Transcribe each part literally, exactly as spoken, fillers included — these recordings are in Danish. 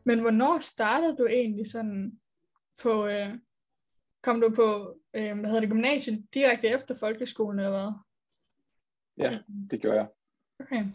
Men hvornår startede du egentlig sådan på, øh, kom du på, øh, hvad hedder det, gymnasiet direkte efter folkeskolen, eller hvad? Ja, det gjorde jeg. Okay.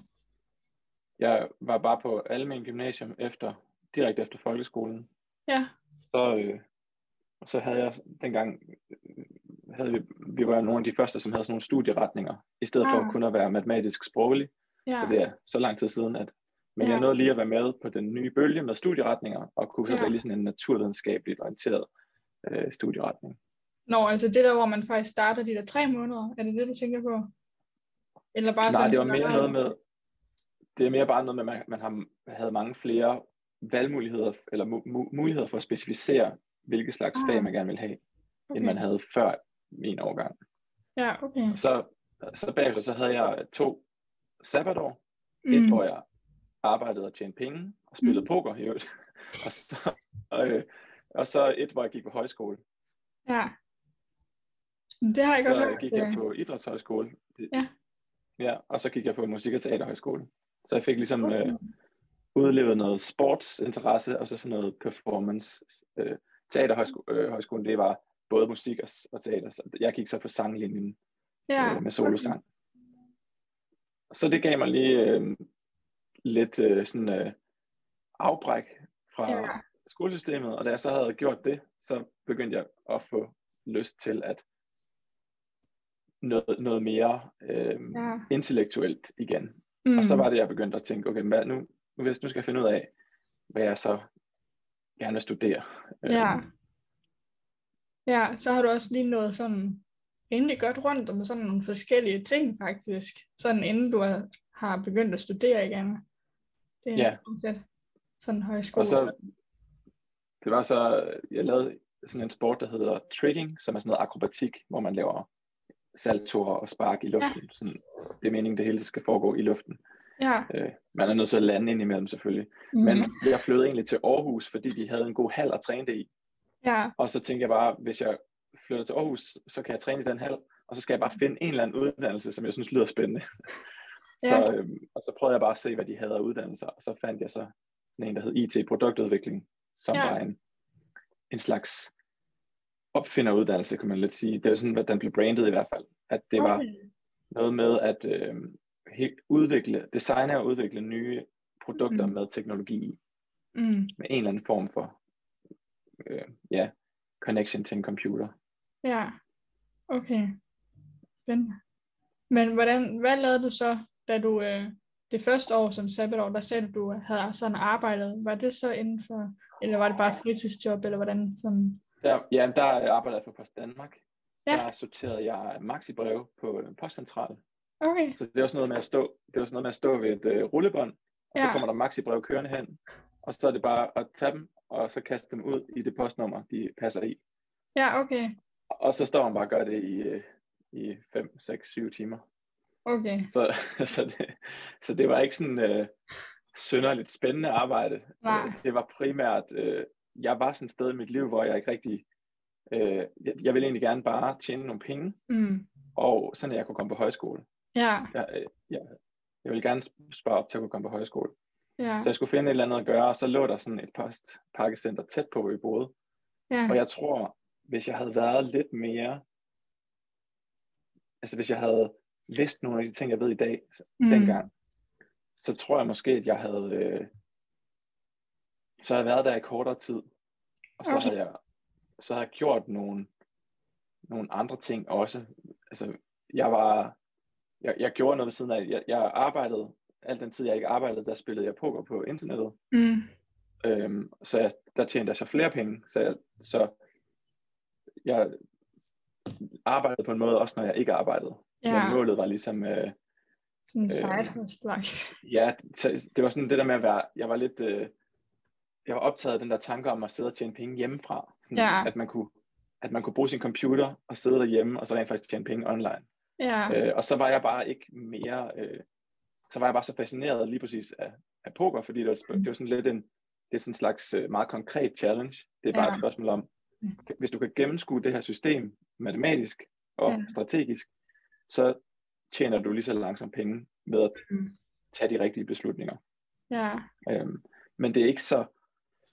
Jeg var bare på almen gymnasium efter, direkte efter folkeskolen. Ja. Så, øh, så havde jeg dengang, havde vi, vi var nogle af de første, som havde sådan nogle studieretninger, i stedet ah. for kun at være matematisk sproglig. Ja. Så det er så lang tid siden, at men ja. jeg nåede lige at være med på den nye bølge med studieretninger, og kunne ja. vælge sådan en naturvidenskabeligt orienteret øh, studieretning. Nå, altså det der, hvor man faktisk starter de der tre måneder, er det det, du tænker på? Eller bare Nej, sådan, det var mere noget med, det er mere bare noget med, at man, man har, havde mange flere valgmuligheder, eller mu- muligheder for at specificere, hvilke slags ah. fag man gerne ville have, okay. end man havde før min årgang. Ja, okay. Og så, så bagefter, så havde jeg to sabbatår. Mm. Et, hvor jeg arbejdede og tjente penge, og spillede mm. poker i øvrigt. og, så, øh, og så et, hvor jeg gik på højskole. Ja. Det har jeg godt Så hørt. gik jeg på idrætshøjskole. Ja. Ja, og så gik jeg på musik- og teaterhøjskole. Så jeg fik ligesom okay. øh, udlevet noget sportsinteresse, og så sådan noget performance. Øh, teaterhøjskolen, det var både musik og, og teater. Så jeg gik så på sanglinjen ja. øh, med solosang. Så det gav mig lige øh, lidt øh, sådan øh, afbræk fra ja. skolesystemet, og da jeg så havde gjort det, så begyndte jeg at få lyst til at noget, noget mere øh, ja. intellektuelt igen. Mm. Og så var det, jeg begyndte at tænke, okay, hvad, nu, nu, nu skal jeg finde ud af, hvad jeg så gerne vil studere. Ja. Ja, så har du også lige nået sådan endelig godt rundt om sådan nogle forskellige ting faktisk, sådan inden du er, har begyndt at studere igen. Det er ja. Fedt. Sådan en højskole. Og så, det var så, jeg lavede sådan en sport, der hedder tricking, som er sådan noget akrobatik, hvor man laver saltoer og spark i luften. Ja. Sådan, det er meningen, det hele skal foregå i luften. Ja. Øh, man er nødt til at lande ind imellem selvfølgelig. Mm. Men jeg flyttede egentlig til Aarhus, fordi de havde en god hal at træne det i. Ja. Og så tænkte jeg bare, hvis jeg flytter til Aarhus, så kan jeg træne i den hal, og så skal jeg bare finde en eller anden uddannelse, som jeg synes lyder spændende. Ja. Så, øhm, og så prøvede jeg bare at se, hvad de havde af uddannelser, og så fandt jeg så en, der hed I T-produktudvikling, som ja. var en, en slags opfinderuddannelse, kan man lidt sige. Det var sådan, at den blev brandet i hvert fald. At det okay. var noget med at øh, udvikle, designe og udvikle nye produkter mm. med teknologi i. Mm. Med en eller anden form for øh, ja, connection til en computer. Ja, okay. Spændende. Men hvordan, hvad lavede du så, da du øh, det første år som sabbatår, der sagde du, du havde sådan arbejdet. Var det så inden for, eller var det bare fritidsjob, eller hvordan sådan? Der, ja, der arbejdede jeg for Post Danmark. Ja. Der sorterede jeg maxibrev på postcentral. Okay. Så det var sådan noget med at stå, det var sådan noget med at stå ved et øh, rullebånd, og ja. så kommer der maxibrev kørende hen, og så er det bare at tage dem, og så kaste dem ud i det postnummer, de passer i. Ja, okay. Og så står man bare og gør det i, i fem, seks, syv timer. Okay. Så, så, det, så det var ikke sådan øh, synderligt spændende arbejde. Nej. Det var primært, øh, jeg var sådan et sted i mit liv, hvor jeg ikke rigtig, øh, jeg, jeg ville egentlig gerne bare tjene nogle penge, mm. og sådan at jeg kunne komme på højskole. Ja. Jeg, øh, jeg, jeg ville gerne spare op til at kunne komme på højskole. Ja. Så jeg skulle finde et eller andet at gøre, og så lå der sådan et postpakkecenter tæt på, hvor vi boede. Ja. Og jeg tror, hvis jeg havde været lidt mere, altså hvis jeg havde vidst nogle af de ting, jeg ved i dag, mm. dengang, så tror jeg måske, at jeg havde, øh, så havde jeg været der i kortere tid, og så havde jeg, så havde jeg gjort nogle, nogle andre ting også. Altså, jeg var, jeg, jeg gjorde noget ved siden af, jeg, jeg arbejdede, al den tid jeg ikke arbejdede, der spillede jeg poker på internettet. Mm. Øhm, så jeg, der tjente jeg så flere penge, så jeg, så jeg arbejdede på en måde også, når jeg ikke arbejdede. Ja. Men målet var ligesom øh, sådan en side hustle. Ja, det var sådan det der med at være, jeg var lidt, øh, jeg var optaget af den der tanke om at sidde og tjene penge hjemmefra. Sådan, ja. at, man kunne, at man kunne bruge sin computer og sidde derhjemme, og så rent faktisk tjene penge online. Ja. Øh, og så var jeg bare ikke mere, øh, så var jeg bare så fascineret lige præcis af, af poker, fordi det var, det var sådan lidt en, det er sådan en slags øh, meget konkret challenge. Det er bare ja. et spørgsmål om, hvis du kan gennemskue det her system matematisk og ja. strategisk, så tjener du lige så langsomt penge med at tage de rigtige beslutninger. Ja. Øhm, men det er ikke så,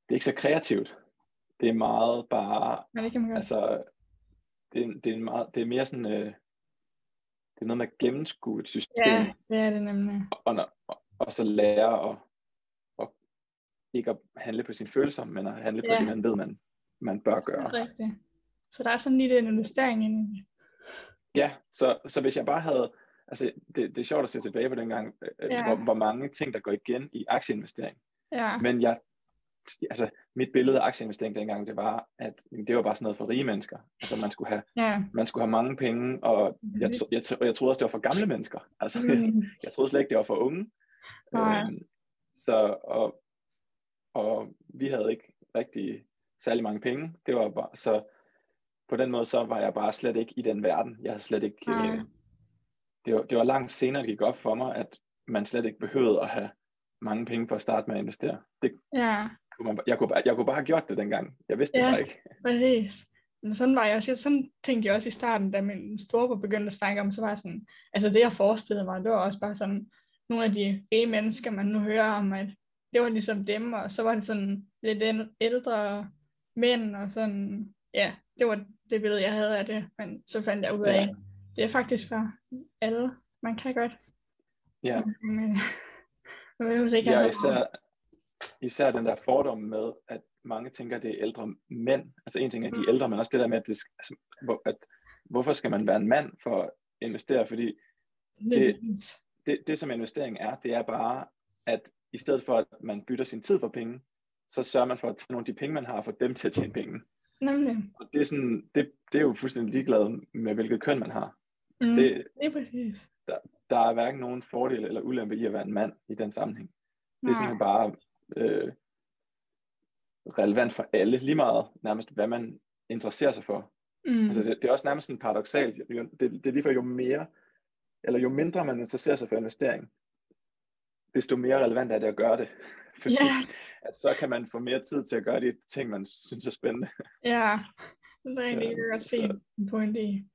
det er ikke så kreativt. Det er meget bare, ja, det kan man godt. altså, det, er, det, er en meget, det er mere sådan, øh, det er noget med at gennemskue et system, Ja, det er det nemlig. og, og, og så lære at, at ikke at handle på sine følelser, men at handle Ja. på det, man ved, man, man bør Det gøre. er så rigtigt. Så der er sådan lige en investering ind i. Ja, så, så hvis jeg bare havde, altså det, det er sjovt at se tilbage på dengang, Ja. hvor, hvor mange ting, der går igen i aktieinvestering. Ja. Men jeg, altså mit billede af aktieinvestering dengang, det var, at det var bare sådan noget for rige mennesker. Altså man skulle have, Ja. man skulle have mange penge, og jeg, jeg, jeg troede også, det var for gamle mennesker. Altså Mm. jeg, jeg troede slet ikke, det var for unge. Nej. Øhm, så, og, og vi havde ikke rigtig særlig mange penge. Det var bare, så på den måde, så var jeg bare slet ikke i den verden. Jeg havde slet ikke, øh, det, var, det var langt senere, det gik op for mig, at man slet ikke behøvede at have mange penge for at starte med at investere. Det, Ja. kunne man, jeg, kunne, bare- jeg kunne bare have gjort det dengang. Jeg vidste Ja. det bare ikke. Præcis. Men sådan var jeg også. Sådan tænkte jeg også i starten, da min storebror begyndte at snakke om, så var jeg sådan, altså det jeg forestillede mig, det var også bare sådan, nogle af de rige mennesker, man nu hører om, at det var ligesom dem, og så var det sådan lidt ældre mænd, og sådan, ja, det var det billede, jeg havde af det, men så fandt jeg ud af, Ja. det er faktisk for alle, man kan godt. Ja, Men, man vil ikke ja have så især, især den der fordom med, at mange tænker, det er ældre mænd. Altså en ting er, at de er ældre, men også det der med, at, det, skal- altså, hvor, at hvorfor skal man være en mand for at investere? Fordi det, det, det som investering er, det er bare, at i stedet for, at man bytter sin tid for penge, så sørger man for at tage nogle af de penge, man har, for dem til at tjene penge. Nemlig. Og det er, sådan, det, det er jo fuldstændig ligeglad med, hvilket køn man har. Mm, Det, det er præcis. der, der er hverken nogen fordel eller ulempe i at være en mand i den sammenhæng. Det er Nej. simpelthen bare øh, relevant for alle, lige meget nærmest, hvad man interesserer sig for. Mm. Altså det, det er også nærmest sådan paradoksalt. Det, det er lige for jo mere, eller jo mindre man interesserer sig for investering, desto mere relevant er det at gøre det. Fordi Ja. at så kan man få mere tid til at gøre de ting, man synes er spændende. Ja, det er egentlig Ja, godt se så- en pointe i.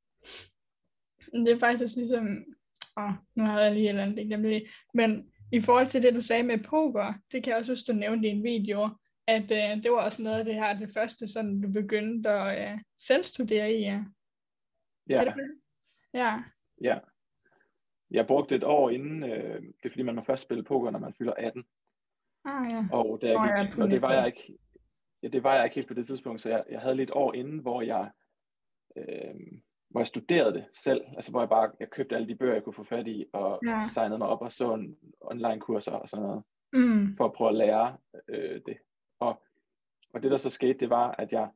Det er faktisk også ligesom, åh, nu har jeg lige et eller andet, ikke nemlig, men i forhold til det, du sagde med poker, det kan jeg også huske, du nævnte i en video, at øh, det var også noget af det her, det første, sådan du begyndte at øh, selvstudere i, ja. Ja, Kan det? Ja, ja. Jeg brugte et år inden, øh, det er fordi man må først spille poker, når man fylder atten. ah ja. Og, da jeg Nå, gik, ja, på og det var nettet. jeg ikke, ja, det var jeg ikke helt på det tidspunkt, så jeg, jeg havde lidt år inden, hvor jeg, øh, hvor jeg studerede det selv, altså hvor jeg bare, jeg købte alle de bøger, jeg kunne få fat i, og Ja. signede mig op og så en online kurser og sådan noget, Mm. for at prøve at lære øh, det. Og, og det der så skete, det var, at jeg,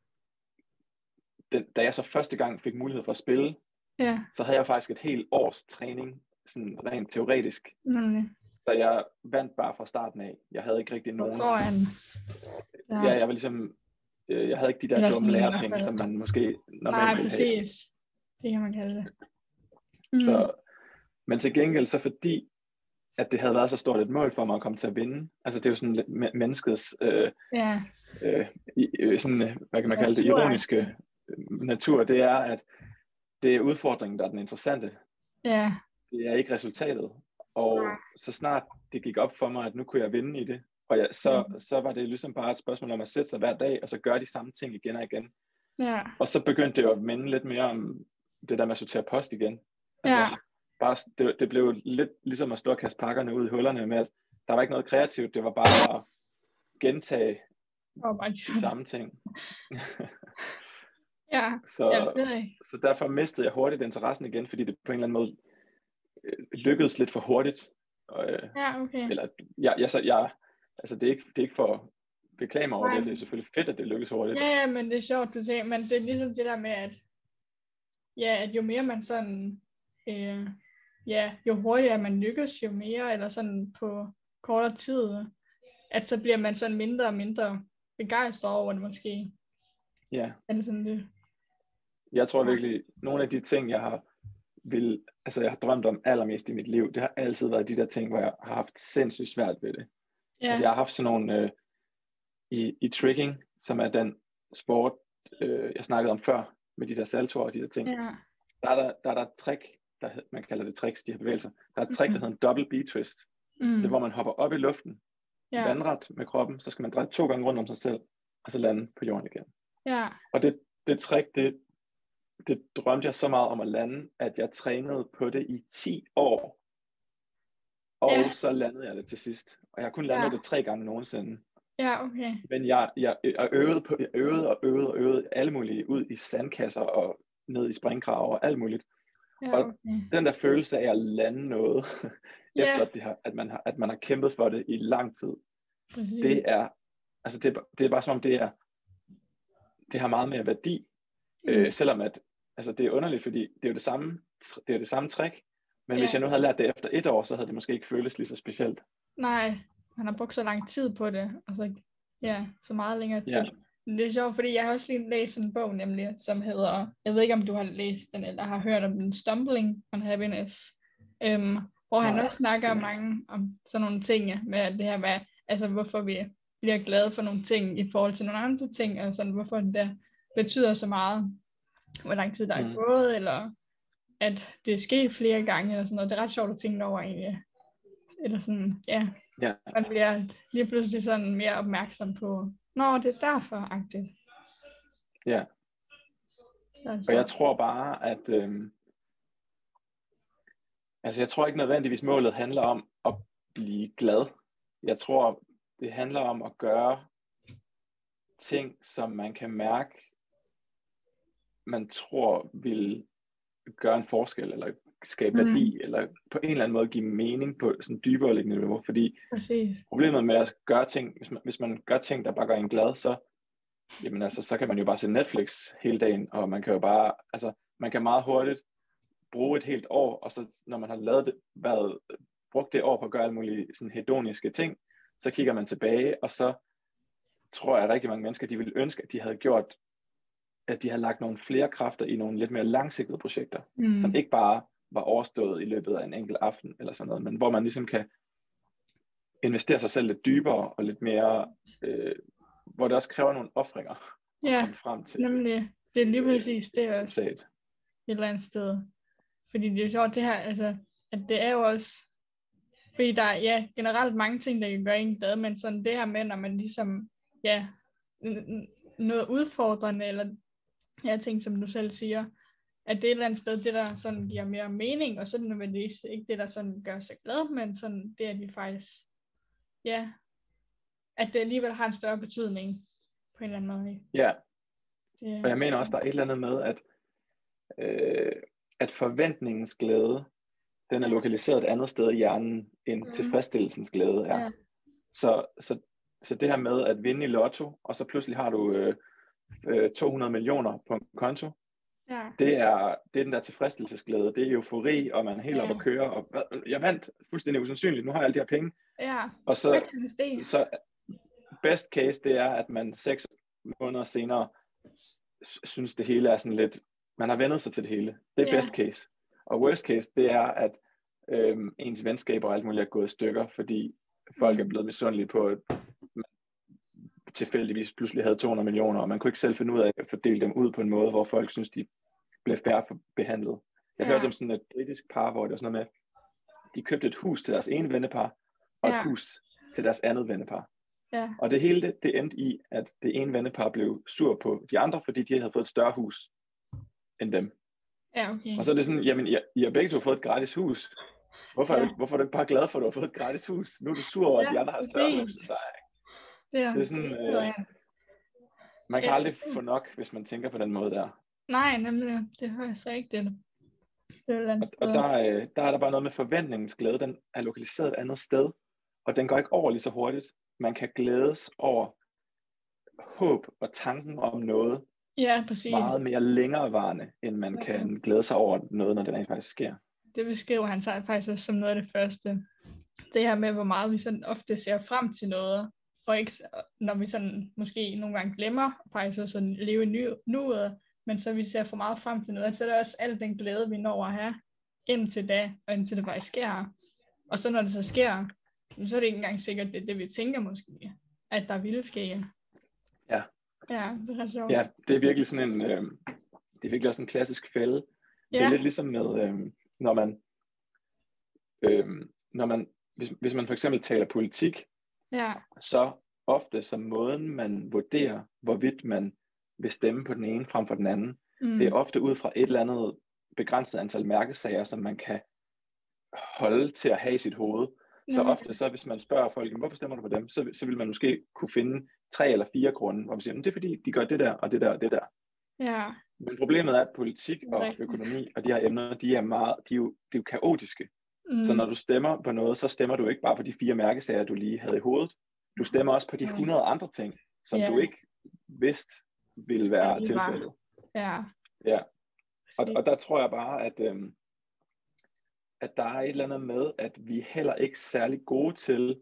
den, da jeg så første gang fik mulighed for at spille, Ja, så havde jeg faktisk et helt års træning, sådan rent teoretisk. nemlig. Så jeg vandt bare fra starten af. Jeg havde ikke rigtig nogen. Foran. Ja, jeg var ligesom, øh, jeg havde ikke de der Eller dumme sådan i hvert lærepenge, fald. som man måske normalt Nej, ville have. præcis. Det kan man kalde det. Mm. Så, men til gengæld så fordi, at det havde været så stort et mål for mig at komme til at vinde. Altså det er jo sådan lidt me- menneskets, øh, Ja, øh, i, øh, sådan, øh, hvad kan man kalde det, Natur. ironiske øh, natur, det er, at det er udfordringen, der er den interessante. ja, Det er ikke resultatet. Og så snart det gik op for mig, at nu kunne jeg vinde i det, og jeg, så, så var det ligesom bare et spørgsmål om at sætte sig hver dag, og så gøre de samme ting igen og igen. ja, Og så begyndte det jo at minde lidt mere om det der med at sortere post igen. Altså, ja. bare, det, det blev lidt ligesom at stå og kaste pakkerne ud i hullerne med, at der var ikke noget kreativt, det var bare at gentage Oh my de God. samme ting. Ja, så, ja, det er jeg. så derfor mistede jeg hurtigt interessen igen, fordi det på en eller anden måde øh, lykkedes lidt for hurtigt. Og, øh, Ja, okay. eller, jeg, jeg, så, jeg, altså det er, ikke, det er ikke for at beklage mig over Nej. det, det er selvfølgelig fedt, at det lykkes hurtigt. Ja, ja, men det er sjovt, du siger, men det er ligesom det der med, at, ja, at jo mere man sådan, øh, ja, jo hurtigere man lykkes, jo mere, eller sådan på kortere tid, at så bliver man sådan mindre og mindre begejstret over det måske. Ja. Er det sådan det? Jeg tror virkelig, nogle af de ting, jeg har vil, altså jeg har drømt om allermest i mit liv, det har altid været de der ting, hvor jeg har haft sindssygt svært ved det. Ja, Altså jeg har haft sådan nogle øh, i, i tricking, som er den sport, øh, jeg snakkede om før, med de der saltoer og de der ting. ja, Der er der, der, er der et trick, der, man kalder det tricks, de her bevægelser. Der er et trick, der hedder en double B-twist. mm. Det er, hvor man hopper op i luften, Ja. vandret med kroppen, så skal man dreje to gange rundt om sig selv, og så lande på jorden igen. Ja. Og det, det trick, det, det drømte jeg så meget om at lande, at jeg trænede på det i ti år. Og Ja. så landede jeg det til sidst. Og jeg har kun landet Ja. det tre gange nogensinde. Ja, okay. Men jeg, jeg, jeg, øvede på, jeg øvede og øvede og øvede alle mulige ud i sandkasser og ned i springkrav og alt muligt. Ja, Og okay. den der følelse af at lande noget, Ja. efter at, det har, at, man har, at man har kæmpet for det i lang tid, Præcis. det er, altså det, det er bare som om det er, det har meget mere værdi, Mm. øh, selvom at, altså det er underligt, fordi det er jo det samme, det er det samme trick, men Ja. hvis jeg nu havde lært det efter et år, så havde det måske ikke føltes lige så specielt. Nej, han har brugt så lang tid på det, altså ja, så meget længere tid. Ja. Det er sjovt, fordi jeg har også lige læst en bog nemlig, som hedder, jeg ved ikke om du har læst den, eller har hørt om den, Stumbling on Happiness, øhm, hvor han Nej. også snakker mange om sådan nogle ting, ja, med det her med, altså hvorfor vi bliver glade for nogle ting i forhold til nogle andre ting, og sådan, hvorfor det der betyder så meget, hvor lang tid der er Mm. gået, eller at det er sket flere gange, eller sådan noget. Det er ret sjovt at tænke over egentlig. Eller sådan, ja, Ja. man bliver lige pludselig sådan mere opmærksom på, nå, det er derfor-agtigt. Ja. Og jeg tror bare, at øhm, altså jeg tror ikke nødvendigvis målet handler om at blive glad. Jeg tror, det handler om at gøre ting, som man kan mærke, man tror vil gøre en forskel, eller skabe Mm. værdi, eller på en eller anden måde give mening på sådan dybere liggende niveau. Fordi Præcis. problemet med at gøre ting, hvis man, hvis man gør ting, der bare gør en glad, så, jamen altså, så kan man jo bare se Netflix hele dagen, og man kan jo bare, altså, man kan meget hurtigt bruge et helt år, og så når man har lavet det, været, brugt det år på at gøre alle mulige sådan hedoniske ting, så kigger man tilbage, og så tror jeg, at rigtig mange mennesker, de ville ønske, at de havde gjort, at de havde lagt nogle flere kræfter i nogle lidt mere langsigtede projekter, Mm. som ikke bare var overstået i løbet af en enkelt aften, eller sådan noget, men hvor man ligesom kan investere sig selv lidt dybere, og lidt mere, øh, hvor det også kræver nogle ofringer at Ja, komme frem til. nemlig, det er lige præcis det øh, også, resultat. et eller andet sted. Fordi det er sjovt det her, altså, at det er jo også, fordi der er ja, generelt mange ting, der kan gøre en glad, men sådan det her med, når man ligesom, ja, n- n- noget udfordrende, eller ja, ting, som du selv siger, at det er et eller andet sted, det der sådan giver mere mening, og så er det nødvendigvis ikke det, der sådan gør sig glad, men sådan det, at de faktisk, ja, at det alligevel har en større betydning, på en eller anden måde. Ja, Det, og jeg mener også, der er et eller andet med, at, øh, at forventningens glæde, den er Ja. lokaliseret et andet sted i hjernen, end Mhm. tilfredsstillelsens glæde er. Ja. Så, så, så det her med at vinde i lotto, og så pludselig har du øh, øh, to hundrede millioner på en konto, Ja. det er, det er den der tilfredsstillelsesglæde, det er eufori, og man er helt Ja. oppe at køre, og hvad, jeg vandt fuldstændig usandsynligt, nu har jeg alle de her penge. Ja. Og så, det. så best case, det er, at man seks måneder senere synes, det hele er sådan lidt, man har vendet sig til det hele. Det er Ja. best case. Og worst case, det er, at øhm, ens venskaber og alt muligt er gået i stykker, fordi folk er blevet misundelige på, at man tilfældigvis pludselig havde to hundrede millioner, og man kunne ikke selv finde ud af at fordele dem ud på en måde, hvor folk synes, de blev fair behandlet. Jeg Ja. hørte om sådan et britisk par, hvor det var sådan noget med, de købte et hus til deres ene vennepar, og Ja. et hus til deres andet vennepar. Ja. Og det hele, det, det endte i, at det ene vennepar blev sur på de andre, fordi de havde fået et større hus end dem. Ja, okay. Og så er det sådan, jamen, I, I har begge to fået et gratis hus. Hvorfor, er Ja. du, hvorfor er du ikke bare glad for, at du har fået et gratis hus? Nu er du sur over, at Ja, de andre har et større hus præcis. end dig. Ja. Det er sådan, Det øh, man kan Ja. aldrig få nok, hvis man tænker på den måde der. Nej, nemlig, det hører jeg så ikke det. Det er et eller andet Og, og sted. der, øh, der er der bare noget med forventningens glæde, den er lokaliseret et andet sted, og den går ikke over lige så hurtigt. Man kan glædes over håb og tanken om noget, Ja, præcis. meget mere længerevarende, end man Ja. kan glæde sig over noget, når det rent faktisk sker. Det beskriver han sig faktisk også som noget af det første. Det her med, hvor meget vi sådan ofte ser frem til noget, og ikke, når vi sådan måske nogle gange glemmer faktisk at sådan leve i nu, nuet, men så vi ser for meget frem til noget, så er der også al den glæde, vi når at have indtil da, og indtil det faktisk sker. Og så når det så sker, så er det ikke engang sikkert, det er det, vi tænker måske, at der ville ske. Ja. Ja, det er sjovt. Ja, det er virkelig sådan en, øh, det er virkelig også en klassisk fælde. Det er Ja. lidt ligesom med, øh, når man, øh, når man hvis, hvis man for eksempel taler politik, Ja. Så ofte som måden, man vurderer, hvorvidt man vil stemme på den ene frem for den anden, Mm. det er ofte ud fra et eller andet begrænset antal mærkesager, som man kan holde til at have i sit hoved. Så Jamen. ofte, så hvis man spørger folk, hvorfor stemmer du på dem, så, så vil man måske kunne finde tre eller fire grunde, hvor man siger, det er fordi, de gør det der, og det der, og det der. Ja. Men problemet er, at politik og Rigtigt. økonomi og de her emner, de er meget, de er jo, de er jo kaotiske. Mm. Så når du stemmer på noget, så stemmer du ikke bare på de fire mærkesager, du lige havde i hovedet. Du stemmer også på de hundrede andre ting, som Ja. du ikke vidste ville være Ja, lige var. tilfældet. Ja. Ja. Og, og der tror jeg bare, at, øhm, at der er et eller andet med, at vi heller ikke er særlig gode til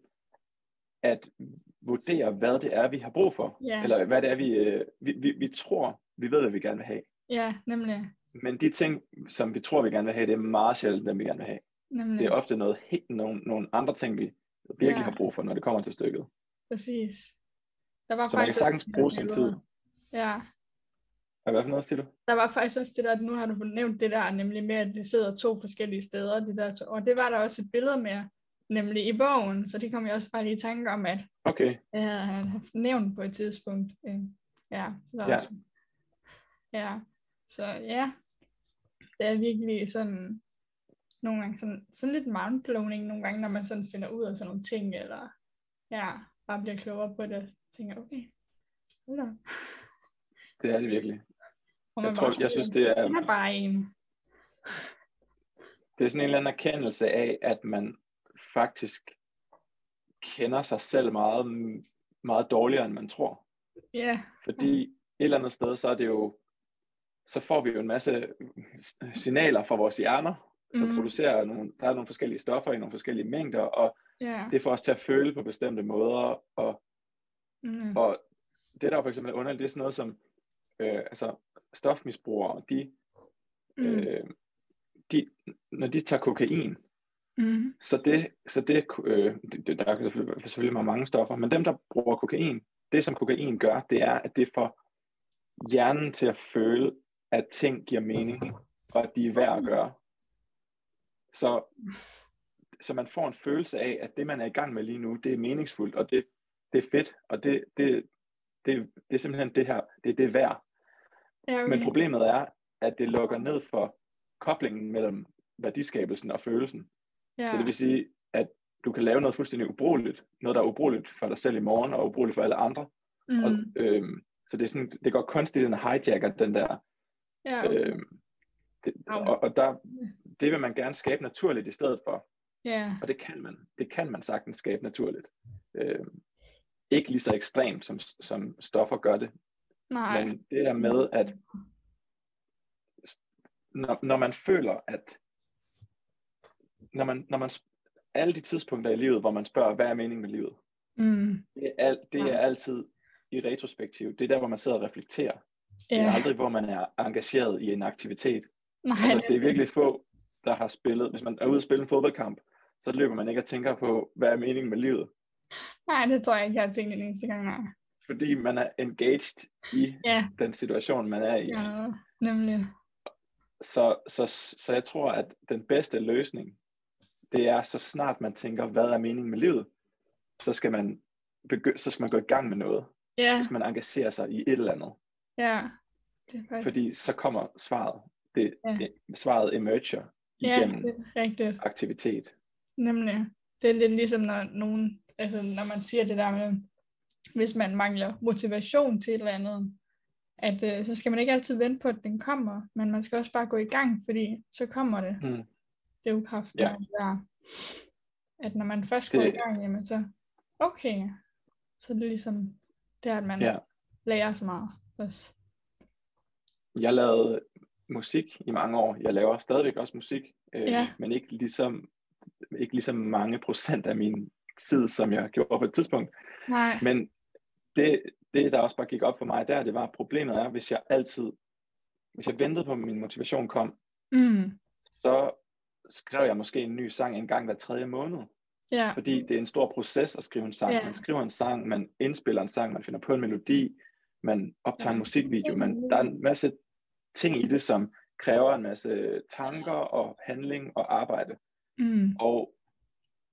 at vurdere, hvad det er, vi har brug for. Ja. Eller hvad det er, vi, øh, vi, vi, vi tror, vi ved, hvad vi gerne vil have. Ja, nemlig. Men de ting, som vi tror, vi gerne vil have, det er meget sjældent, dem vi gerne vil have. Nemlig. Det er ofte noget helt, nogle, nogle andre ting, vi virkelig Ja. har brug for, når det kommer til stykket. Præcis. Der var Så man kan faktisk sagtens også- bruge sin tid. Ja. Og hvad for noget siger du? Der var faktisk også det der, nu har du nævnt det der, nemlig med, at det sidder to forskellige steder, de der to, og det var der også et billede med, nemlig i bogen, så det kom jeg også bare lige i tanke om, at Okay. jeg havde han haft nævnt på et tidspunkt. Øh, Ja, så der Ja. også, ja, så ja, det er virkelig sådan, nogle gange sådan, sådan lidt mindblowing nogle gange, når man sådan finder ud af sådan nogle ting, eller ja, bare bliver klogere på det, tænker okay, hold da. Det er det virkelig. Og Jeg man tror- bare, jeg synes, det er- det er bare en. Det er sådan en eller anden erkendelse af, at man faktisk kender sig selv meget, meget dårligere, end man tror. Ja, Fordi et eller andet sted, så er det jo, så får vi jo en masse signaler fra vores hjerner, som Mhm. producerer nogle, der er nogle forskellige stoffer i nogle forskellige mængder, og ja, det får os til at føle på bestemte måder, og, mm, og det der for eksempel er underligt, det er sådan noget som, øh, altså stofmisbrugere, de, mm, øh, de, når de tager kokain, mm, så det, så det, øh, det der er selvfølgelig, selvfølgelig mange stoffer, men dem der bruger kokain, det som kokain gør, det er, at det får hjernen til at føle, at ting giver mening, og at de er værd at gøre. Så, så man får en følelse af, at det man er i gang med lige nu, det er meningsfuldt, og det, det er fedt, og det, det, det, det er simpelthen det her, det er det værd. ja, okay. Men problemet er, at det lukker ned for koblingen mellem værdiskabelsen og følelsen. ja, Så det vil sige, at du kan lave noget fuldstændig ubrugeligt, noget der er ubrugeligt for dig selv i morgen, og ubrugeligt for alle andre. mm, Og, øhm, så det er sådan, det går kunstigt, den hijacker den der, ja, okay. øhm, det, Au. og, og der, det vil man gerne skabe naturligt i stedet for, ja, og det kan man, det kan man sagtens skabe naturligt. Øhm, ikke lige så ekstremt, som, som stoffer gør det, nej, men det er med, at når, når man føler, at når man, når man, alle de tidspunkter i livet, hvor man spørger, hvad er meningen med livet, mm, det er, al, det er altid i retrospektiv. Det er der, hvor man sidder og reflekterer. Det er ja, aldrig, hvor man er engageret i en aktivitet. nej, Altså, det er virkelig få, der har spillet. Hvis man er ude og spille en fodboldkamp, så løber man ikke og tænker på, hvad er meningen med livet. nej, det tror jeg ikke, jeg har tænkt den eneste gang, nej. Fordi man er engaged i Ja, den situation, man er i. ja, nemlig, Så, så, så jeg tror, at den bedste løsning, det er, så snart man tænker, hvad er meningen med livet, så skal man, begy- så skal man gå i gang med noget. ja, Hvis man engagerer sig i et eller andet. ja, det er faktisk, Fordi så kommer svaret. Det, Ja. det, svaret emerger ja, igennem det er rigtigt. aktivitet. Nemlig. Det er lidt ligesom, når nogen, altså når man siger det der med, hvis man mangler motivation til et eller andet, at øh, så skal man ikke altid vente på, at den kommer, men man skal også bare gå i gang, fordi så kommer det. Mm. Drivkraften Ja. og alt det der. At når man først Det- går i gang, jamen så, okay, så er det ligesom, det er, at man Ja. lærer så meget også. Jeg lavede musik i mange år. Jeg laver stadigvæk også musik, øh, Ja. men ikke ligesom, ikke ligesom mange procent af min tid, som jeg gjorde på et tidspunkt. Nej, Men det, det, der også bare gik op for mig der, det var, problemet er, hvis jeg altid, hvis jeg ventede på, at min motivation kom, mm, så skrev jeg måske en ny sang en gang hver tredje måned. ja, Fordi det er en stor proces at skrive en sang. Ja. Man skriver en sang, man indspiller en sang, man finder på en melodi, man optager Ja. en musikvideo, men der er en masse ting i det, som kræver en masse tanker og handling og arbejde. mm, Og,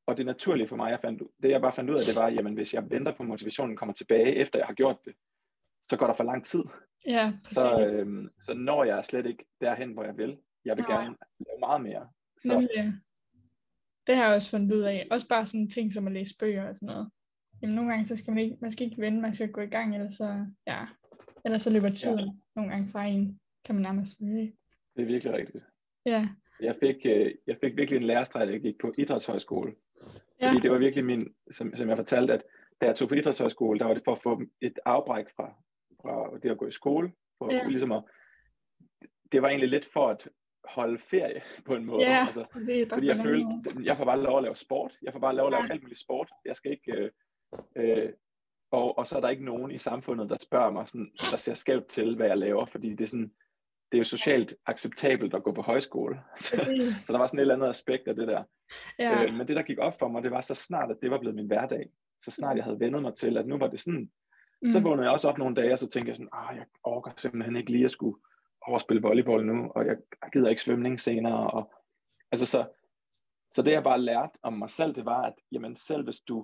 og det naturlige for mig, jeg fandt, det jeg bare fandt ud af, det var, jamen hvis jeg venter på motivationen kommer tilbage, efter jeg har gjort det, så går der for lang tid. Ja, så, øhm, så når jeg slet ikke derhen, hvor jeg vil. Jeg vil gerne lave meget mere. Så. Nemlig. Det har jeg også fundet ud af. Også bare sådan ting som at læse bøger og sådan noget. Jamen nogle gange, så skal man ikke, man skal ikke vente, man skal gå i gang, ellers så, ja, ellers så løber tiden ja. nogle gange fra en, kan man nærmest sige. Det er virkelig rigtigt. Ja. Jeg fik, jeg fik virkelig en lærestreg, da jeg gik på idrætshøjskole. Ja. Fordi det var virkelig min, som, som jeg fortalte, at da jeg tog på idrætshøjskole, der var det for at få et afbræk fra, fra det at gå i skole. For, ja. ligesom at, det var egentlig lidt for at holde ferie på en måde. Ja, altså, det fordi jeg følte, at jeg får bare lov at lave sport. Jeg får bare lov at lave ja. alt muligt sport. Jeg skal ikke... Øh, øh, og, og så er der ikke nogen i samfundet, der spørger mig, sådan, der ser skævt til, hvad jeg laver. Fordi det er sådan... Det er jo socialt acceptabelt at gå på højskole. Så, så der var sådan et eller andet aspekt af det der. Ja. Øh, men det, der gik op for mig, det var så snart, at det var blevet min hverdag. Så snart jeg havde vendet mig til, at nu var det sådan. Mm. Så vågnede jeg også op nogle dage, og så tænkte jeg sådan, ah, jeg orker simpelthen ikke lige at skulle overspille volleyball nu, og jeg gider ikke svømning senere. Og, altså så, så det jeg bare lærte om mig selv, det var, at jamen, selv hvis du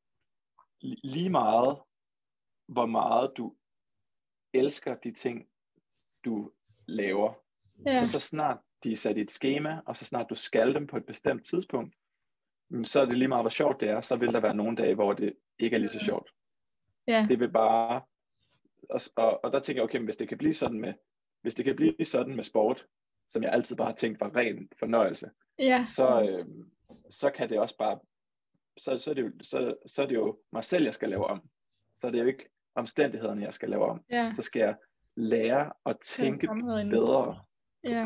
lige meget, hvor meget du elsker de ting, du laver, ja. så så snart de er sat i et skema, og så snart du skal dem på et bestemt tidspunkt, så er det lige meget, hvor sjovt det er, så vil der være nogle dage, hvor det ikke er lige så sjovt. Ja. Det vil bare, og, og, og der tænker jeg, okay, hvis det kan blive sådan med, hvis det kan blive sådan med sport, som jeg altid bare har tænkt var ren fornøjelse, ja. så, øh, så kan det også bare, så, så, er det jo, så, så er det jo mig selv, jeg skal lave om. Så er det jo ikke omstændighederne, jeg skal lave om. Ja. Så skal jeg lære at tænke bedre. Ja.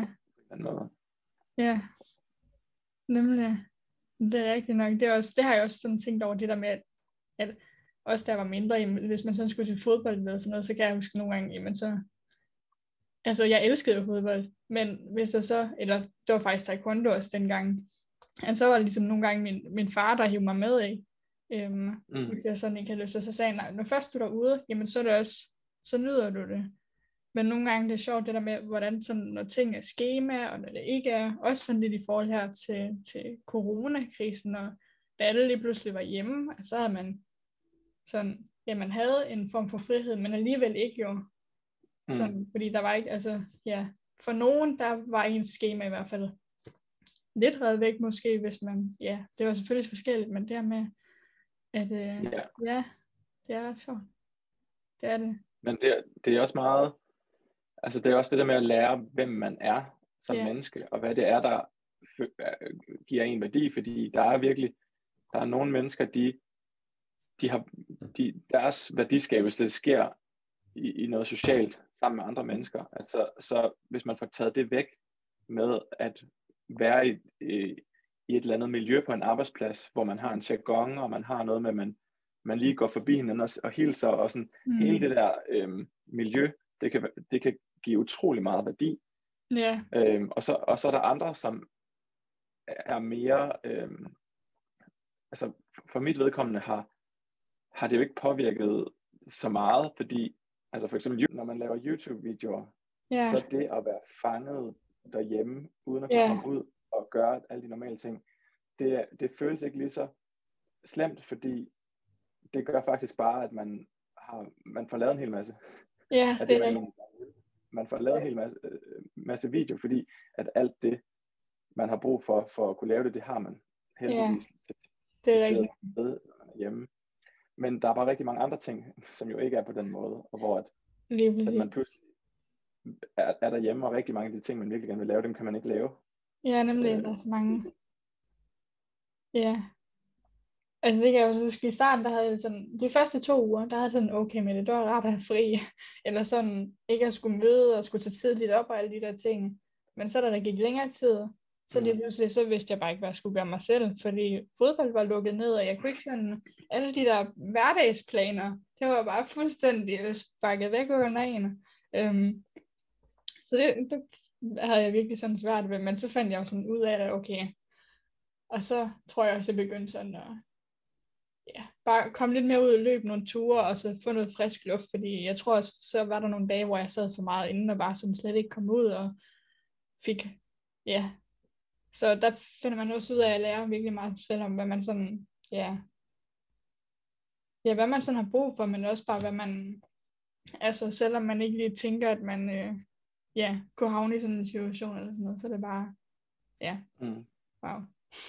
Ja. Nemlig. Det er rigtigt nok. Det, er også, det har jeg også sådan tænkt over, det der med, at, at også da jeg var mindre, jamen, hvis man sådan skulle til fodbold eller sådan noget, så kan jeg huske nogle gange, jamen så, altså jeg elskede jo fodbold, men hvis der så, eller det var faktisk taekwondo også dengang, og så var det ligesom nogle gange min, min far, der hævde mig med i, øhm, mm. hvis jeg sådan ikke havde lyst, og så sagde han, når først du er derude, jamen så er det også, så nyder du det. Men nogle gange det er sjovt det der med, hvordan sådan, når ting er skema, og når det ikke er, også sådan lidt i forhold her til, til coronakrisen, og da alle lige pludselig var hjemme, så havde man sådan, ja, man havde en form for frihed, men alligevel ikke jo. Mm. Sådan, fordi der var ikke, altså, ja, for nogen, der var en skema i hvert fald lidt reddet væk måske, hvis man, ja, det var selvfølgelig forskelligt, men det her med, at, øh, yeah. ja, det er ret sjovt. Det er det. Men det, det er også meget, altså det er også det der med at lære, hvem man er som yeah. menneske, og hvad det er, der giver en værdi, fordi der er virkelig, der er nogle mennesker, de, de har, de, deres værdiskabelse, det sker i, i noget socialt, sammen med andre mennesker. Altså, så hvis man får taget det væk med at være i, i, i et eller andet miljø på en arbejdsplads, hvor man har en jargon, og man har noget med, at man, man lige går forbi hinanden og, og hilser, og sådan, mm. hele det der øhm, miljø, det kan, det kan give utrolig meget værdi. Yeah. Øhm, og, så, og så er der andre, som er mere, øhm, altså for mit vedkommende har, har det jo ikke påvirket så meget, fordi, altså for eksempel, når man laver YouTube-videoer, yeah. så det at være fanget derhjemme, uden at kunne yeah. komme ud og gøre alle de normale ting, det, det føles ikke lige så slemt, fordi det gør faktisk bare, at man har, man får lavet en hel masse. Ja, det, det man, man, man får lavet en hel masse, masse video, fordi at alt det, man har brug for, for at kunne lave det, det har man heldigvis. Ja, det er rigtigt. Med, hjemme. Men der er bare rigtig mange andre ting, som jo ikke er på den måde, og hvor at, at man pludselig er, er derhjemme, og rigtig mange af de ting, man virkelig gerne vil lave, dem kan man ikke lave. Ja, nemlig, øh, der er så mange. Ja. Altså det kan jeg jo huske, i starten, der havde jeg sådan, de første to uger, der havde jeg sådan, okay med det, det var rart at have fri, eller sådan, ikke at skulle møde, og skulle tage tidligt op, og alle de der ting. Men så da der gik længere tid, så lige pludselig, så vidste jeg bare ikke, hvad jeg skulle gøre mig selv, fordi fodbold var lukket ned, og jeg kunne ikke sådan, alle de der hverdagsplaner, det var bare fuldstændig sparket væk under en. Um, så det, det havde jeg virkelig sådan svært ved, men så fandt jeg jo sådan ud af det, okay. Og så tror jeg også, jeg begyndte sådan at ja, bare komme lidt mere ud og løbe nogle ture, og så få noget frisk luft, fordi jeg tror også, så var der nogle dage, hvor jeg sad for meget inde, og bare sådan slet ikke kom ud, og fik, ja, Så der finder man også ud af at lære virkelig meget selv om, hvad man sådan, ja, ja, hvad man sådan har brug for, men også bare, hvad man, altså selvom man ikke lige tænker, at man, øh, ja, kunne havne i sådan en situation eller sådan noget, så er det bare, ja, Mm. wow.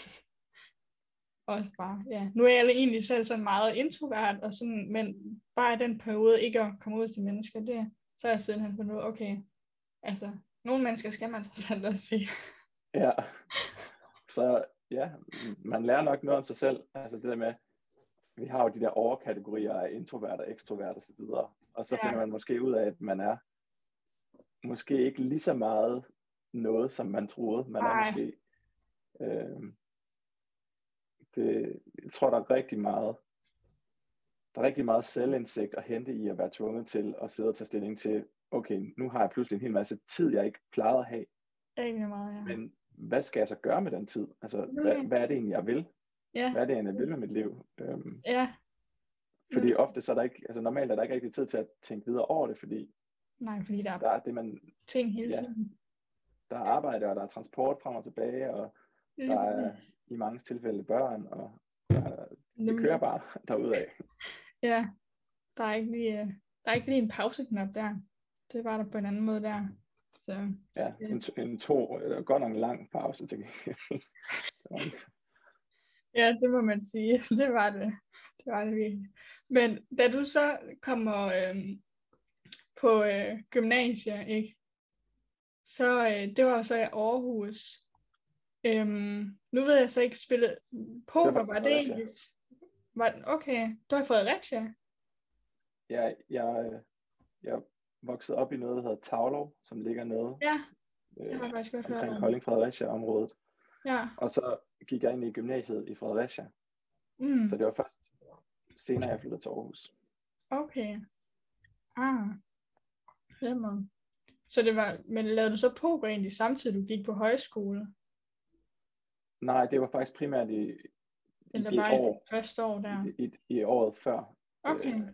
Også bare, ja. Nu er jeg egentlig selv sådan meget introvert, og sådan, men bare i den periode ikke at komme ud til mennesker, det, så er jeg sidenhen fundet ud, okay, altså, nogle mennesker skal man trods alt også se. Ja, så ja, man lærer nok noget om sig selv. Altså det der med, vi har jo de der overkategorier af introvert og ekstrovert og så videre. Og så finder Ja. man måske ud af, at man er måske ikke lige så meget noget, som man troede. Man er Ej. måske... Øh, det, jeg tror, der er rigtig meget der er rigtig meget selvindsigt at hente i at være tvunget til at sidde og tage stilling til, okay, nu har jeg pludselig en hel masse tid, jeg ikke plejede at have. Rigtig meget, ja. Men hvad skal jeg så gøre med den tid? Altså, Okay. hvad, hvad er det egentlig, jeg vil? Ja. Hvad er det egentlig, jeg vil med mit liv? Øhm, Ja. fordi ofte så er der ikke, altså normalt er der ikke rigtig tid til at tænke videre over det, fordi Nej, fordi der er, der er det, man, ting hele ja, tiden. der er arbejde, og der er transport frem og tilbage, og Det der er i mange tilfælde børn, og der, det kører bare derudad. Ja, der er ikke lige, der er ikke lige en pauseknap der. Det var der på en anden måde der. Så, ja, en, en to, eller godt nok en lang pause til ja, det må man sige. Det var det. Det var det virkelig. Men da du så kommer øhm, på øh, gymnasiet, ikke? Så øh, det var jo så i Aarhus. Øhm, nu ved jeg så ikke, spillet poker, det var, var det egentlig? Var, okay, du var i Fredericia? Ja, jeg, jeg voksede op i noget, der hedder Tavlov, som ligger nede Ja, det har jeg faktisk godt hørt omkring om. Kolding Fredericia-området. Ja. Og så gik jeg ind i gymnasiet i Fredericia. Mm. Så det var først senere, jeg flyttede til Aarhus. Okay. Ah. Jamen. Så det var, men lavede du så poker egentlig samtidig, du gik på højskole? Nej, det var faktisk primært i, i Eller det bare i år, det første år der? i, i, i året før. Okay. Øh,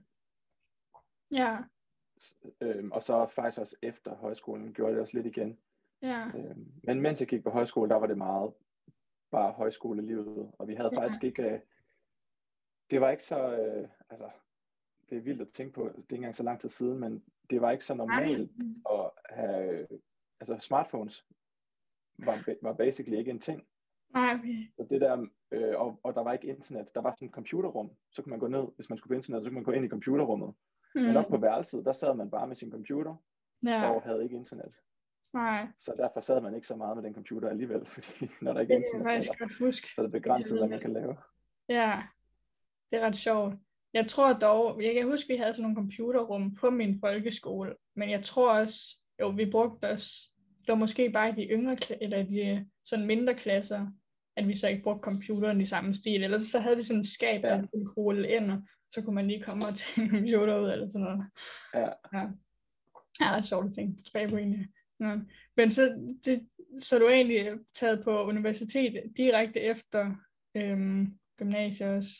Ja. øh, og så faktisk også efter højskolen gjorde jeg det også lidt igen. Ja. Øh, men mens jeg gik på højskole, der var det meget bare højskolelivet. Og vi havde Ja. faktisk ikke... Øh, det var ikke så... Øh, altså, det er vildt at tænke på, det er ikke engang så lang tid siden, men det var ikke så normalt at have, altså smartphones var, var basically ikke en ting. Nej, okay. Så det der, øh, og, og der var ikke internet, der var sådan et computerrum, så kunne man gå ned, hvis man skulle på internet, så kunne man gå ind i computerrummet. Mm. Men op på værelset, der sad man bare med sin computer, ja. og havde ikke internet. Nej. Så derfor sad man ikke så meget med den computer alligevel, fordi når der ikke er internet, så er, der, så er det begrænset, hvad man kan lave. Ja, det er ret sjovt. Jeg tror dog, jeg kan huske, vi havde sådan nogle computerrum på min folkeskole, men jeg tror også, jo, vi brugte os, det var måske bare i de yngre, eller de sådan mindre klasser, at vi så ikke brugte computeren i samme stil, eller så havde vi sådan en skab, ja. Der kunne rulle ind, og så kunne man lige komme og tage en computer ud, eller sådan noget. Ja. Ja, ja det er sjovt at tænke tilbage på egentlig. Ja. Men så, det, så er du egentlig taget på universitet direkte efter øhm, gymnasiet også?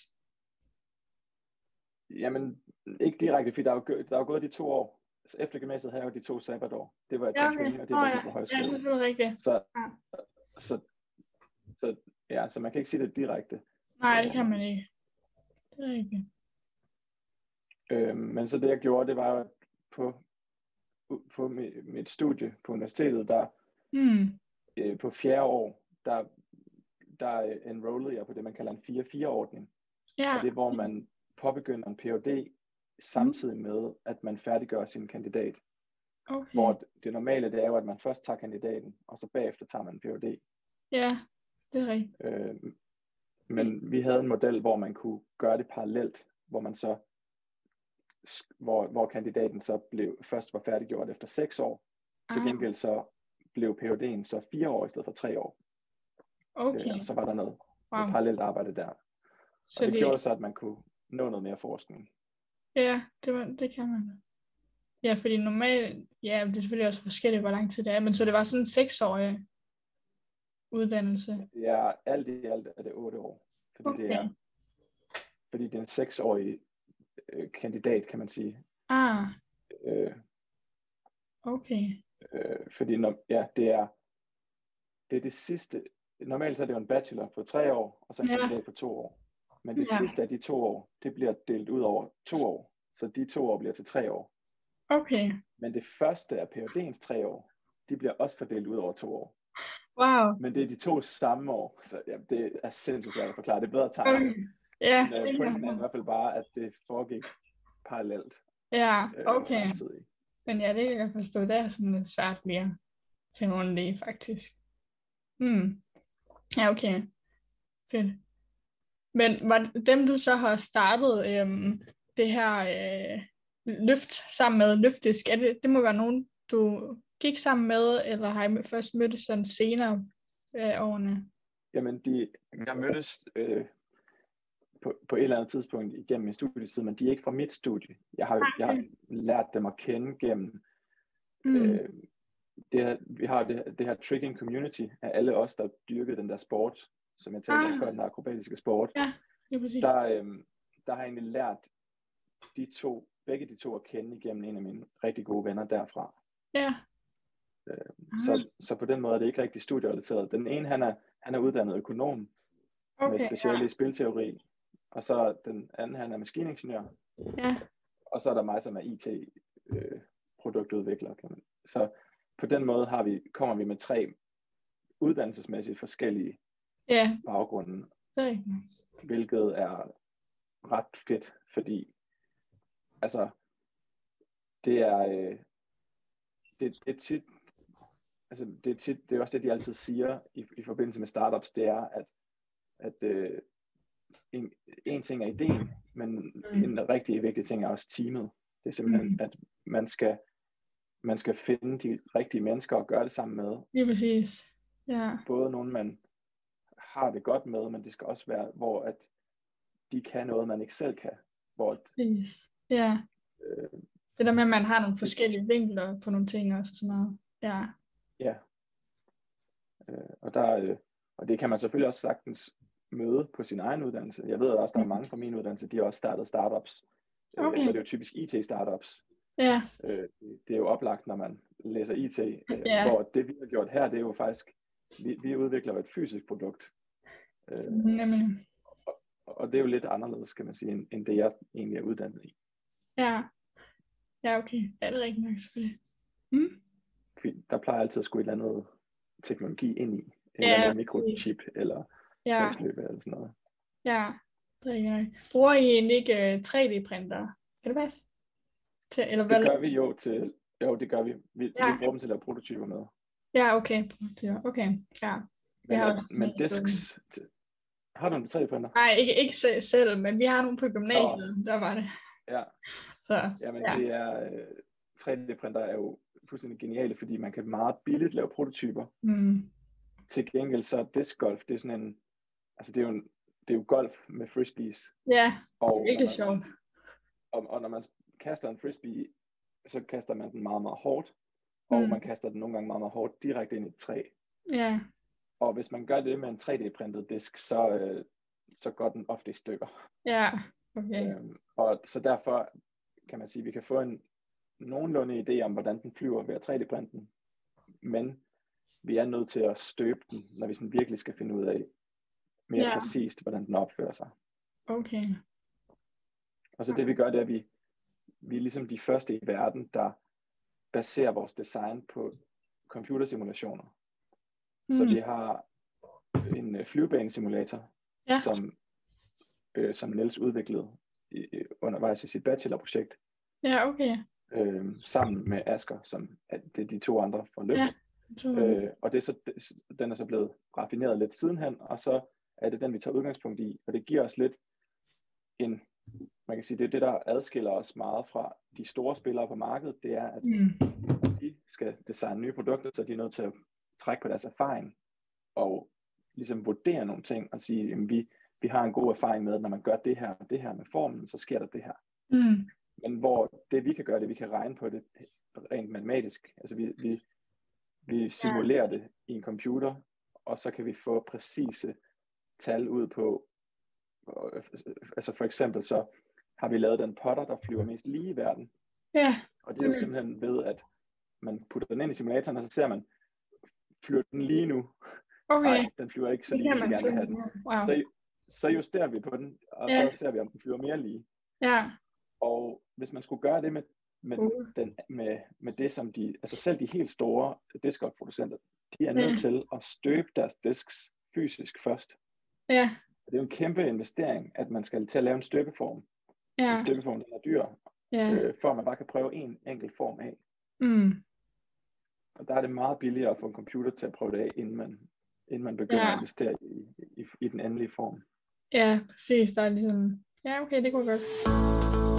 Jamen, ikke direkte, fordi der er jo, der er jo gået de to år. Så efter gymnasiet havde jeg jo de to sabbatår. Det var jeg ja, til okay. penge, og det var var oh, ja. på højskole. Ja, det er selvfølgelig rigtigt. Så, ja. så, så, ja, så man kan ikke sige det direkte. Nej, det kan man ikke. Det er rigtigt. Øhm, men så det jeg gjorde, det var på, på mit, mit studie på universitetet, der hmm. øh, på fjerde år, der, der enrollede jeg på det, man kalder en fire fire ordning. Ja. Og det er, hvor man påbegynder en P H D samtidig med, at man færdiggør sin kandidat. Okay. Hvor det normale, det er jo, at man først tager kandidaten, og så bagefter tager man en P H D. Ja, det er rigtigt. Øh, men vi havde en model, hvor man kunne gøre det parallelt, hvor man så, hvor, hvor kandidaten så blev, først var færdiggjort efter seks år. Til ah. gengæld så blev P H D'en så fire år i stedet for tre år. Okay. Øh, og så var der noget, wow. noget parallelt arbejde der. Så og det, det gjorde så, at man kunne nå noget mere forskning. Ja, det, var, det kan man. Ja, fordi normalt, ja, det er selvfølgelig også forskelligt, hvor lang tid det er, men så det var sådan en seksårig uddannelse? Ja, alt i alt er det otte år. Fordi, okay. det, er, fordi det er en seksårig øh, kandidat, kan man sige. Ah. Øh, okay. Øh, fordi når, ja, det er det er det sidste normalt så er det jo en bachelor på tre år, og så en Ja. kandidat på to år. Men det Ja. sidste af de to år, det bliver delt ud over to år. Så de to år bliver til tre år. Okay. Men det første af P H D'ens tre år, de bliver også fordelt ud over to år. Wow. Men det er de to samme år, så ja, det er sindssygt svært at forklare. Det er bedre at tage. Okay. Ja, Men øh, det pointen er i er hvert fald bare, at det foregik parallelt Ja, øh, okay. samtidig. Men ja, det kan jeg forstå. Det er sådan lidt svært lige at finde rundt i, faktisk. Hmm. Ja, okay. Fedt. Men var det dem, du så har startet øhm, det her øh, løft sammen med, løftisk, er det, det må være nogen, du gik sammen med, eller har I først mødtes sådan senere øh, årene? Jamen, de, jeg mødtes øh, på, på et eller andet tidspunkt igennem min studietid, men de er ikke fra mit studie. Jeg har, jeg har lært dem at kende gennem Mm. øh, det her, vi har det, det her tricking community af alle os, der dyrkede den der sport, som jeg talte om Ah. før, den akrobatiske sport. Ja, det er præcis. Der, øh, der har jeg egentlig lært de to, begge de to at kende igennem en af mine rigtig gode venner derfra. Ja. Øh, så, så på den måde er det ikke rigtig studierelateret. Den ene, han er, han er uddannet økonom Okay, med speciale ja. i spilteori, og så den anden, han er maskiningeniør, Ja. og så er der mig, som er I T-produktudvikler. Kan man. Så på den måde har vi, kommer vi med tre uddannelsesmæssigt forskellige Ja, baggrunde, det er rigtigt. hvilket er ret fedt, fordi altså det er øh, det, det er tit altså det er tit, det er også det, de altid siger i, i forbindelse med startups, det er, at, at øh, en, en ting er ideen, men Mm. en rigtig vigtig ting er også teamet. Det er simpelthen, Mm. at man skal, man skal finde de rigtige mennesker og gøre det sammen med. Lige præcis. Ja. Både nogen, man har det godt med, men det skal også være, hvor at de kan noget, man ikke selv kan. Hvor at, Præcis. Ja. øh, Det der med, at man har nogle forskellige vinkler på nogle ting også og sådan noget. Ja. ja. Øh, og, der, øh, og det kan man selvfølgelig også sagtens møde på sin egen uddannelse. Jeg ved også, der er mange fra min uddannelse, de har også startet startups. Okay. Øh, så det er jo typisk I T-startups. Ja. Øh, det er jo oplagt, når man læser I T. Øh, Ja. Hvor det, vi har gjort her, det er jo faktisk, vi, vi udvikler jo et fysisk produkt. Øh, Nemlig. og, og det er jo lidt anderledes, kan man sige, end, end det, jeg egentlig er uddannet i. Ja. Ja, okay. Ja, det er rigtig nok selvfølgelig. Mm. Fordi der plejer altid at skulle et eller andet teknologi ind i. En Ja, eller anden præcis. mikrochip, eller Ja. kredsløb, eller sådan noget. Ja. Det er rigtig nok. Bruger I egentlig ikke uh, tre D-printer? Kan det passe? Til, eller hvad? Det gør vi jo til, jo det gør vi. Vi, Ja. vi bruger dem til at lave prototyper med. Ja, okay. Okay. Ja. Vi Men, har øh, også men sådan- disks, til, har du en tre D-printer? Nej, ikke, ikke se- selv, men vi har nogle på gymnasiet. Der var det. Ja, Så, jamen ja. det er, øh, tre D-printer er jo fuldstændig geniale, fordi man kan meget billigt lave prototyper. Mm. Til gengæld så er discgolf, det er sådan en, altså det er jo, en, det er jo golf med frisbees. Ja, Og det er virkelig når man, sjovt. og, og når man kaster en frisbee, så kaster man den meget, meget hårdt. Og Mm. man kaster den nogle gange meget, meget hårdt direkte ind i et træ. Ja. Og hvis man gør det med en tre D-printet disk, så, øh, så går den ofte i stykker. Ja, okay. Øhm, og så derfor kan man sige, at vi kan få en nogenlunde idé om, hvordan den flyver ved at tre D-printe den. Men vi er nødt til at støbe den, når vi sådan virkelig skal finde ud af mere Ja. præcist, hvordan den opfører sig. Okay. Og så det vi gør, det er, at vi, vi er ligesom de første i verden, der baserer vores design på computersimulationer. Mm. Så vi har en øh, flyvebanesimulator, Ja. som, øh, som Niels udviklede i, undervejs i sit bachelorprojekt, Ja, okay. øh, sammen med Asger, som er, det er de to andre fra Løft. Ja. Så, Øh, og det er så, den er så blevet raffineret lidt sidenhen, og så er det den, vi tager udgangspunkt i, og det giver os lidt en, man kan sige, det er det, der adskiller os meget fra de store spillere på markedet, det er, at mm. de skal designe nye produkter, så de er nødt til at trække på deres erfaring, og ligesom vurdere nogle ting, og sige, at vi, vi har en god erfaring med, at når man gør det her og det her med formen, så sker der det her. Mm. Men hvor det vi kan gøre, det vi kan regne på det rent matematisk, altså vi, vi Vi simulerer det i en computer, og så kan vi få præcise tal ud på, altså for eksempel så har vi lavet den potter, der flyver mest lige i verden. Ja. Og det er jo simpelthen ved, at man putter den ind i simulatoren, og så ser man, flyver den lige nu Okay. Nej, den flyver ikke så Det lige, kan som vi man gerne vil have se. den. Wow. Så, så justerer vi på den, og Ja. så ser vi, om den flyver mere lige. Ja. Og hvis man skulle gøre det med, med, Uh. den, med, med det, som de, altså selv de helt store diskopproducenter, de er Ja. nødt til at støbe deres disks fysisk først. Ja. Det er jo en kæmpe investering, at man skal til at lave en støbeform. Ja. En støbeform, der er dyr, Ja. øh, for man bare kan prøve en enkelt form af. Mm. Og der er det meget billigere at få en computer til at prøve det af, inden man, inden man begynder Ja. at investere i, i, i den endelige form. Ja, præcis. Der er ligesom, ja, okay, det kunne godt.